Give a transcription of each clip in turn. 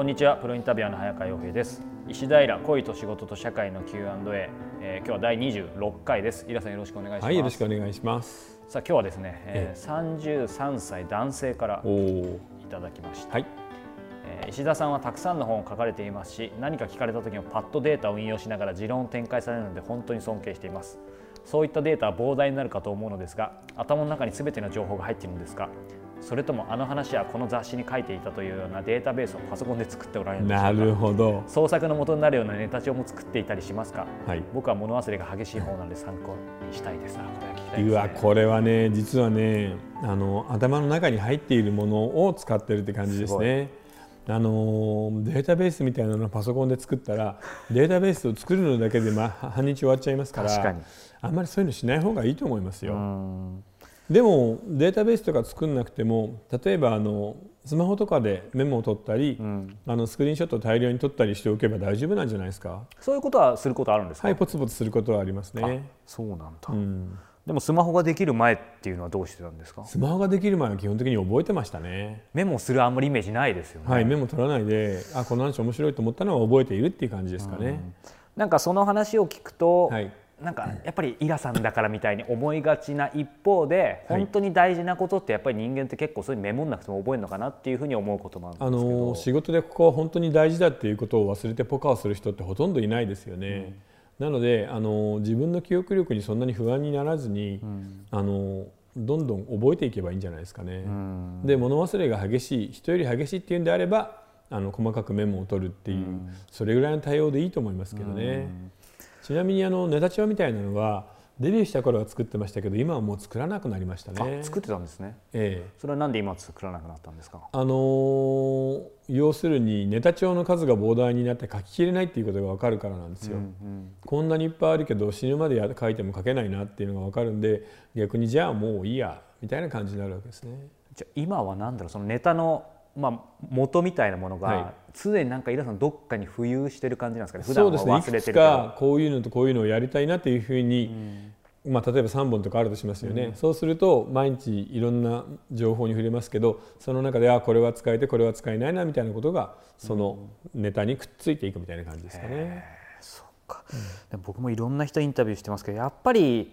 んにちは。プロインタビュアーの早川洋平です。石平恋と仕事と社会の Q&A、今日は第26回です。イラさんよろしくお願いします。 はい、よろしくお願いします。 さあ今日はですね、33歳男性からいただきました。はい。石田さんはたくさんの本を書かれていますし、何か聞かれた時もパッとデータを引用しながら持論を展開されるので本当に尊敬しています。そういったデータは膨大になるかと思うのですが、頭の中に全ての情報が入っているんですか？それともあの話はこの雑誌に書いていたというようなデータベースをパソコンで作っておられるんでしょうか？ なるほど。 創作の元になるようなネタ帳も作っていたりしますか？ はい、 僕は物忘れが激しい方なので参考にしたいです。これは聞きたいですね。 うわ、これはね、実はね、頭の中に入っているものを使ってるって感じですね。データベースみたいなのをパソコンで作ったらデータベースを作るのだけで半日終わっちゃいますから、 確かにあんまりそういうのしない方がいいと思いますよ。でもデータベースとか作んなくても、例えばスマホとかでメモを取ったり、スクリーンショットを大量に取ったりしておけば大丈夫なんじゃないですか？ そういうことはすることあるんですか？ はい、ポツポツすることはありますね。 そうなんだ。でもスマホができる前っていうのはどうしてたんですか？ スマホができる前は基本的に覚えてましたね。 メモするあんまりイメージないですよね。 はい、メモ取らないで、この話面白いと思ったのは覚えているっていう感じですかね。 なんかその話を聞くと、 はい、 なんかやっぱりイラさんだからみたいに思いがちな一方で、本当に大事なことってやっぱり人間って結構そういうメモんなくても覚えるのかなっていうふうに思うこともあるんですけど、 仕事でここは本当に大事だっていうことを忘れてポカをする人ってほとんどいないですよね。なので自分の記憶力にそんなに不安にならずに、どんどん覚えていけばいいんじゃないですかね。で、物忘れが激しい、人より激しいっていうんであれば細かくメモを取るっていう、それぐらいの対応でいいと思いますけどね。ちなみにネタ帳みたいなのはデビューした頃は作ってましたけど、今はもう作らなくなりましたね。 作ってたんですね。それはなんで今作らなくなったんですか？ 要するにネタ帳の数が膨大になって書ききれないっていうことが分かるからなんですよ。こんなにいっぱいあるけど死ぬまで書いても書けないなっていうのが分かるんで、逆にじゃあもういいやみたいな感じになるわけですね。 じゃあ今は何だろう、そのネタの元みたいなものが常になんかイラさんどっかに浮遊してる感じなんですかね。普段は忘れてるけど、そうですね、いくつかこういうのとこういうのをやりたいなっていうふうに、例えば3本とかあるとしますよね。そうすると毎日いろんな情報に触れますけど、その中でこれは使えてこれは使えないなみたいなことがそのネタにくっついていくみたいな感じですかね。 そうか。でも僕もいろんな人インタビューしてますけど、やっぱり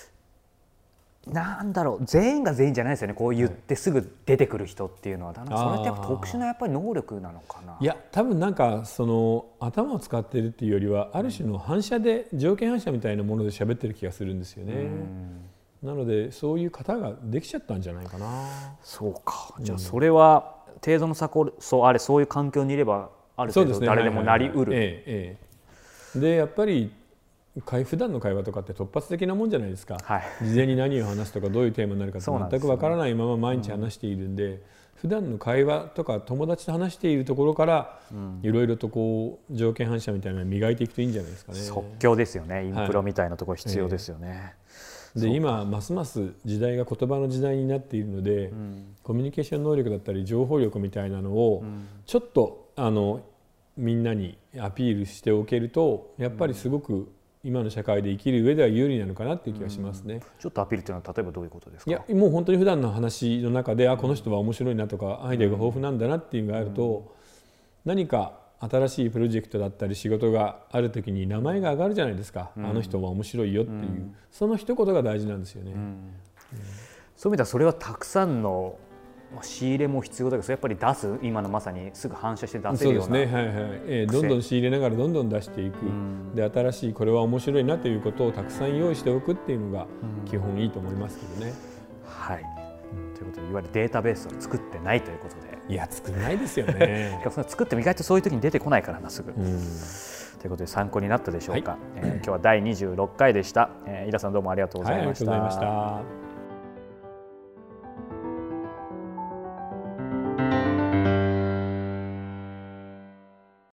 なんだろう、全員が全員じゃないですよね。こう言ってすぐ出てくる人っていうのは、それってやっぱ特殊なやっぱり能力なのかな。 いや、多分なんか頭を使っているっていうよりは、ある種の反射で条件反射みたいなもので喋ってる気がするんですよね。なのでそういう方ができちゃったんじゃないかな。 そうか。じゃあそれは程度の差そういう環境にいればある程度誰でもなりうる。 でやっぱり普段の会話とかって突発的なもんじゃないですか。事前に何を話すとかどういうテーマになるかって全くわからないまま毎日話しているんで、普段の会話とか友達と話しているところからいろいろとこう条件反射みたいなのを磨いていくといいんじゃないですかね。 即興ですよね。インプロみたいなところ必要ですよね。 で今ますます時代が言葉の時代になっているので、コミュニケーション能力だったり情報力みたいなのをちょっとみんなにアピールしておけると、やっぱりすごく今の社会で生きる上では有利なのかなっていう気がしますね。 ちょっとアピールというのは例えばどういうことですか？ いや、もう本当に普段の話の中でこの人は面白いなとかアイデアが豊富なんだなっていうのがあると、何か新しいプロジェクトだったり仕事がある時に名前が上がるじゃないですか。あの人は面白いよっていう、その一言が大事なんですよね。 そういう意味ではそれはたくさんの仕入れも必要だけど、やっぱり出す、今のまさにすぐ反射して出せるような。 そうですね、どんどん仕入れながらどんどん出していく。で新しいこれは面白いなということをたくさん用意しておくっていうのが基本いいと思いますけどね。 はい、ということでいわゆるデータベースを作ってないということで。 いや、作んないですよね。 作っても意外とそういう時に出てこないからな、すぐ。ということで参考になったでしょうか。今日は第26回でした。イラさんどうもありがとうございました。 はい、ありがとうございました。